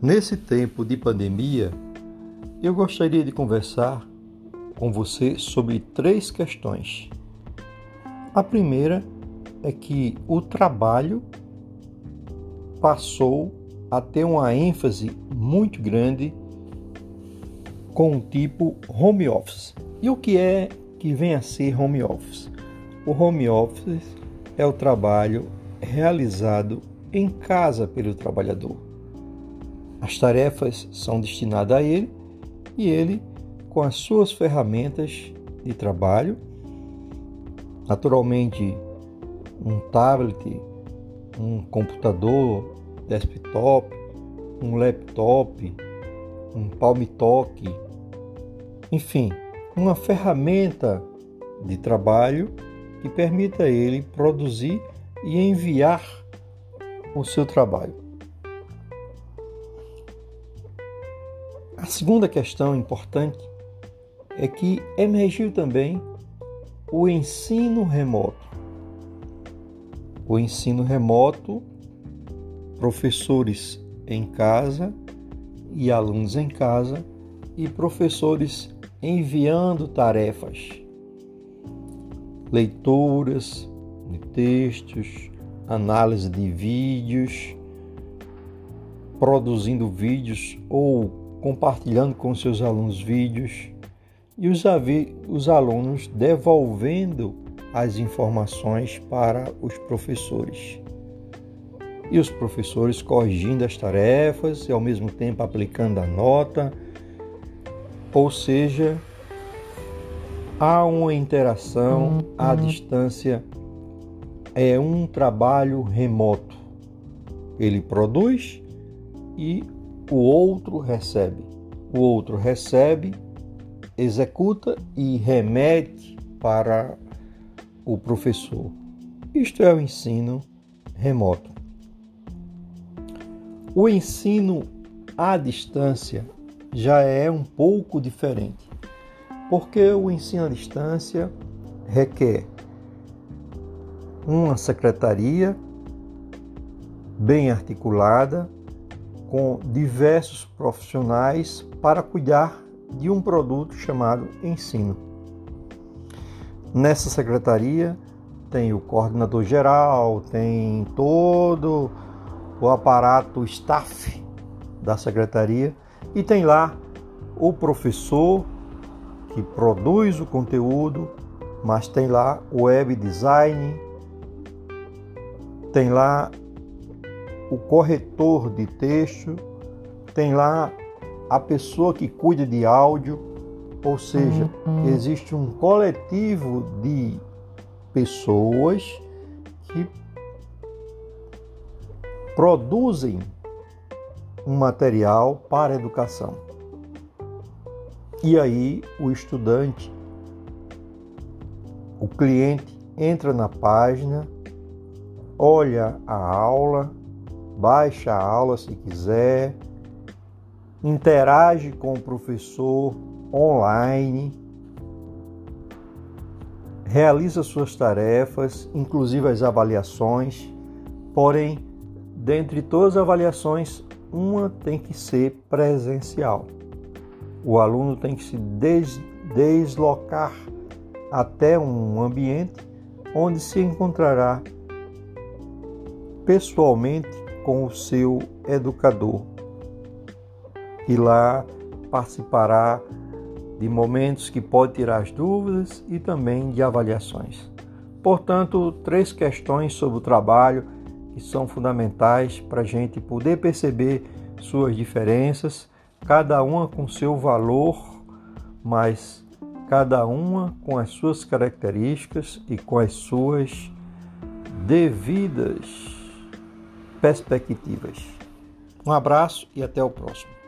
Nesse tempo de pandemia, eu gostaria de conversar com você sobre 3 questões. A primeira é que o trabalho passou a ter uma ênfase muito grande com o tipo home office. E o que é que vem a ser home office? O home office é o trabalho realizado em casa pelo trabalhador. As tarefas são destinadas a ele e ele, com as suas ferramentas de trabalho, naturalmente um tablet, um computador, desktop, um laptop, um palmitoque, enfim, uma ferramenta de trabalho que permita a ele produzir e enviar o seu trabalho. A segunda questão importante é que emergiu também o ensino remoto. O ensino remoto, professores em casa e alunos em casa e professores enviando tarefas, leituras de textos, análise de vídeos, produzindo vídeos ou compartilhando com seus alunos vídeos e os alunos devolvendo as informações para os professores. E os professores corrigindo as tarefas e ao mesmo tempo aplicando a nota. Ou seja, há uma interação à distância, é um trabalho remoto. Ele produz e o outro recebe. O outro recebe, executa e remete para o professor. Isto é o ensino remoto. O ensino à distância já é um pouco diferente, porque o ensino à distância requer uma secretaria bem articulada, com diversos profissionais para cuidar de um produto chamado ensino. Nessa secretaria tem o coordenador geral, tem todo o aparato staff da secretaria e tem lá o professor que produz o conteúdo, mas tem lá o web design, tem lá o corretor de texto, tem lá a pessoa que cuida de áudio, ou seja, existe um coletivo de pessoas que produzem um material para a educação. E aí o estudante, o cliente entra na página, olha a aula, baixa a aula se quiser, interage com o professor online, realiza suas tarefas, inclusive as avaliações, porém, dentre todas as avaliações, uma tem que ser presencial. O aluno tem que se deslocar até um ambiente onde se encontrará pessoalmente com o seu educador, e lá participará de momentos que pode tirar as dúvidas e também de avaliações. Portanto, 3 questões sobre o trabalho que são fundamentais para a gente poder perceber suas diferenças, cada uma com seu valor, mas cada uma com as suas características e com as suas devidas perspectivas. Um abraço e até o próximo.